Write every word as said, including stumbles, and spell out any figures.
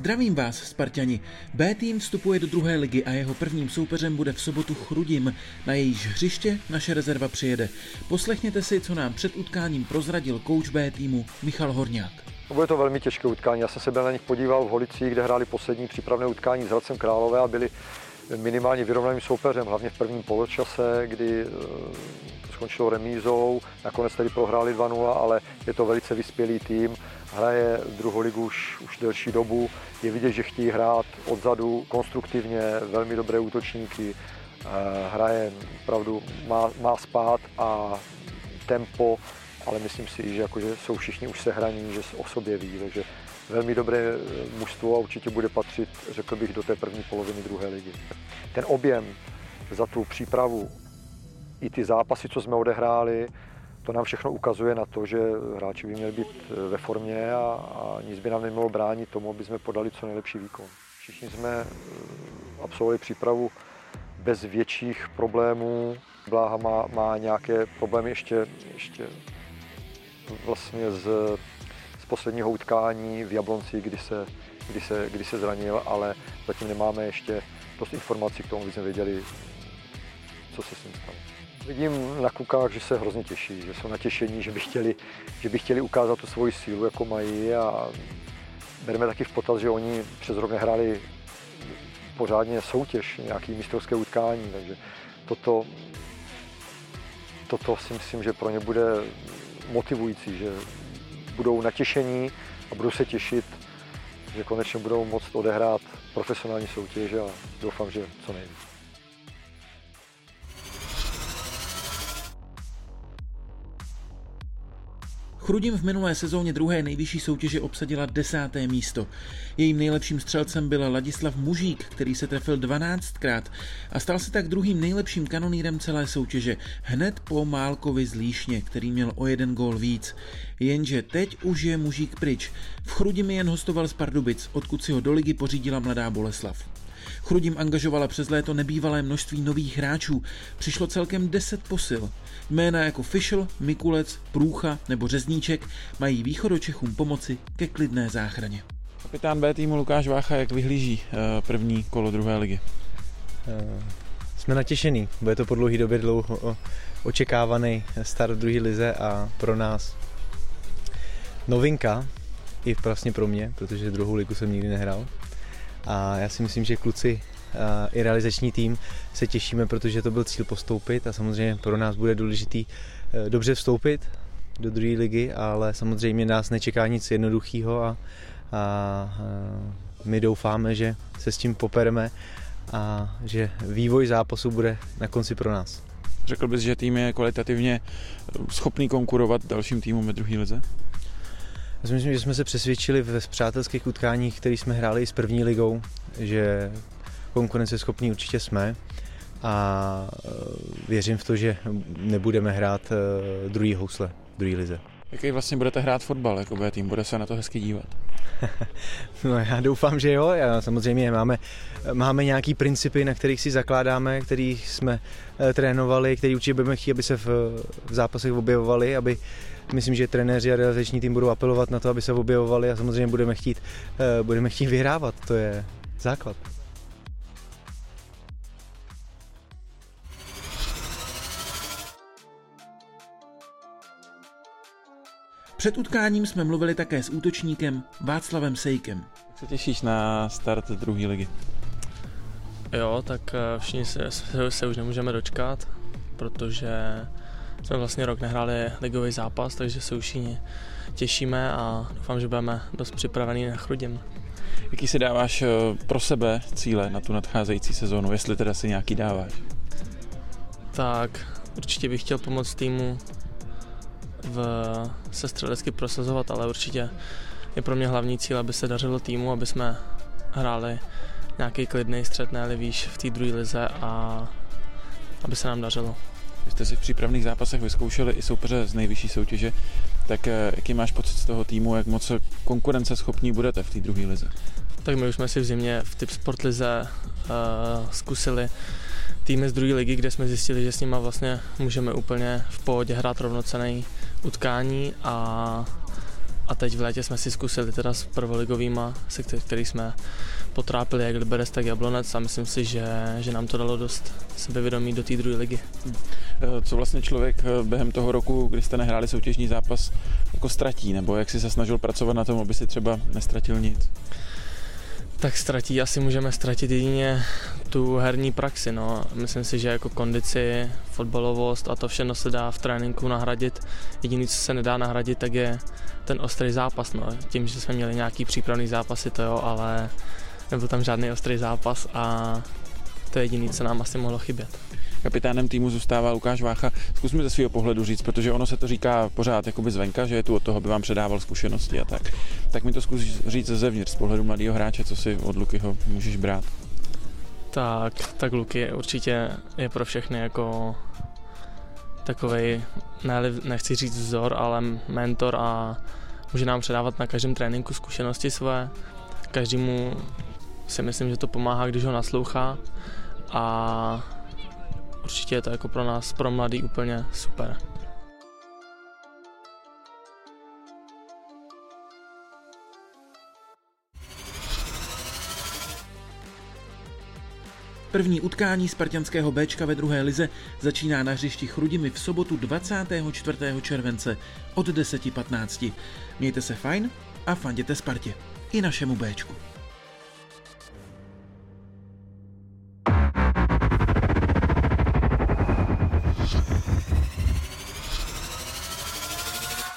Zdravím vás, Sparťani. B tým vstupuje do druhé ligy a jeho prvním soupeřem bude v sobotu Chrudim. Na jejíž hřiště naše rezerva přijede. Poslechněte si, co nám před utkáním prozradil kouč B týmu Michal Horňák. Bude to velmi těžké utkání. Já jsem se byl na nich podíval v Holicích, kde hráli poslední přípravné utkání s Hradcem Králové a byli minimálně vyrovnaným soupeřem, hlavně v prvním poločase, kdy to skončilo remízou, nakonec tedy prohráli dva nula, ale je to velice vyspělý tým, hraje druhou ligu už, už delší dobu, je vidět, že chtějí hrát odzadu konstruktivně, velmi dobré útočníky, hraje opravdu, má, má spát a tempo, ale myslím si, že jakože jsou všichni už sehraní, že o sobě ví, takže velmi dobré mužstvo a určitě bude patřit, řekl bych, do té první poloviny druhé ligy. Ten objem za tu přípravu i ty zápasy, co jsme odehráli, to nám všechno ukazuje na to, že hráči by měli být ve formě a, a nic by nám nemělo bránit tomu, aby jsme podali co nejlepší výkon. Všichni jsme absolvovali přípravu bez větších problémů. Bláha má, má nějaké problémy ještě, ještě vlastně z posledního utkání v Jablonci, kdy se, kdy, se, kdy se zranil, ale zatím nemáme ještě dost informací k tomu, aby jsme věděli, co se s ním stalo. Vidím na klukách, že se hrozně těší, že jsou natěšení, že by chtěli, že by chtěli ukázat tu svoji sílu, jako mají, a bereme taky v potaz, že oni přes rok nehráli pořádně soutěž, nějaký mistrovské utkání, takže toto, toto si myslím, že pro ně bude motivující, že budou natěšení a budou se těšit, že konečně budou moct odehrát profesionální soutěž a doufám, že co nejvíc. Chrudim v minulé sezóně druhé nejvyšší soutěže obsadila desáté místo. Jejím nejlepším střelcem byl Ladislav Mužík, který se trefil dvanáctkrát a stal se tak druhým nejlepším kanonýrem celé soutěže, hned po Málkovi z Líšně, který měl o jeden gól víc. Jenže teď už je Mužík pryč. V Chrudimi jen hostoval z Pardubic, odkud si ho do ligy pořídila Mladá Boleslav. Chrudim angažovala přes léto nebývalé množství nových hráčů. Přišlo celkem deset posil. Jména jako Fischl, Mikulec, Průcha nebo Řezníček mají východočechům pomoci ke klidné záchraně. Kapitán B týmu Lukáš Vácha, jak vyhlíží první kolo druhé ligy? Jsme natěšení. Bude to po dlouhé době dlouho očekávaný start v druhé lize a pro nás novinka, i vlastně pro mě, protože druhou ligu jsem nikdy nehrál. A já si myslím, že kluci a i realizační tým se těšíme, protože to byl cíl postoupit a samozřejmě pro nás bude důležitý dobře vstoupit do druhé ligy, ale samozřejmě nás nečeká nic jednoduchého a, a, a my doufáme, že se s tím popereme a že vývoj zápasu bude na konci pro nás. Řekl bys, že tým je kvalitativně schopný konkurovat dalším týmům ve druhé lize? Já si myslím, že jsme se přesvědčili ve přátelských utkáních, které jsme hráli s první ligou, že konkurenceschopní určitě jsme a věřím v to, že nebudeme hrát druhý housle v druhé lize. Jaký vlastně budete hrát fotbal jako B tým? Bude se na to hezky dívat? No, já doufám, že jo. Já, samozřejmě máme, máme nějaký principy, na kterých si zakládáme, který jsme trénovali, který určitě budeme chtít, aby se v, v zápasech objevovali, aby myslím, že trenéři a realizační tým budou apelovat na to, aby se objevovali a samozřejmě budeme chtít, budeme chtít vyhrávat. To je základ. Před utkáním jsme mluvili také s útočníkem Václavem Sejkem. Jak se těšíš na start druhé ligy? Jo, tak všichni se, se, se už nemůžeme dočkat, protože jsme vlastně rok nehráli ligový zápas, takže se už všichni těšíme a doufám, že budeme dost připravení na Chrudim. Jaký si dáváš pro sebe cíle na tu nadcházející sezónu, jestli teda si nějaký dáváš? Tak určitě bych chtěl pomoct týmu v, se střelecky prosazovat, ale určitě je pro mě hlavní cíl, aby se dařilo týmu, aby jsme hráli nějaký klidný střed, ne-li výš v té druhé lize a aby se nám dařilo. Vy jste si v přípravných zápasech vyzkoušeli i soupeře z nejvyšší soutěže, tak jaký máš pocit z toho týmu, jak moc konkurenceschopní budete v té druhé lize? Tak my už jsme si v zimě v Tip Sport lize uh, zkusili týmy z druhé ligy, kde jsme zjistili, že s nima vlastně můžeme úplně v pohodě hrát rovnocenné utkání a a teď v létě jsme si zkusili teda s prvoligovýma, se který, který jsme potrápili jak Liberec, tak Jablonec a myslím si, že, že nám to dalo dost sebevědomí do té druhé ligy. Co vlastně člověk během toho roku, kdy jste nehráli soutěžní zápas, jako ztratí, nebo jak jsi se snažil pracovat na tom, aby si třeba nestratil nic? Tak ztratí, asi můžeme ztratit jedině tu herní praxi. No. Myslím si, že jako kondici, fotbalovost a to všechno se dá v tréninku nahradit. Jediné, co se nedá nahradit, tak je ten ostrý zápas. No. Tím, že jsme měli nějaký přípravný zápasy, to jo, ale nebyl tam žádný ostrý zápas a to je jediné, co nám asi mohlo chybět. Kapitánem týmu zůstává Lukáš Vácha. Zkus mi ze svého pohledu říct, protože ono se to říká pořád jakoby zvenka, že je tu od toho, aby vám předával zkušenosti a tak. Tak mi to zkus říct zevnitř, z pohledu mladého hráče, co si od Lukyho můžeš brát. Tak, tak Luky určitě je pro všechny jako takovej, ne, nechci říct vzor, ale mentor a může nám předávat na každém tréninku zkušenosti své. Každému si myslím, že to pomáhá, když ho naslouchá a určitě je to jako pro nás, pro mladý úplně super. První utkání spartanského Béčka ve druhé lize začíná na hřišti Chrudimi v sobotu dvacátého čtvrtého července od deset patnáct. Mějte se fajn a fanděte Spartě. I našemu Béčku.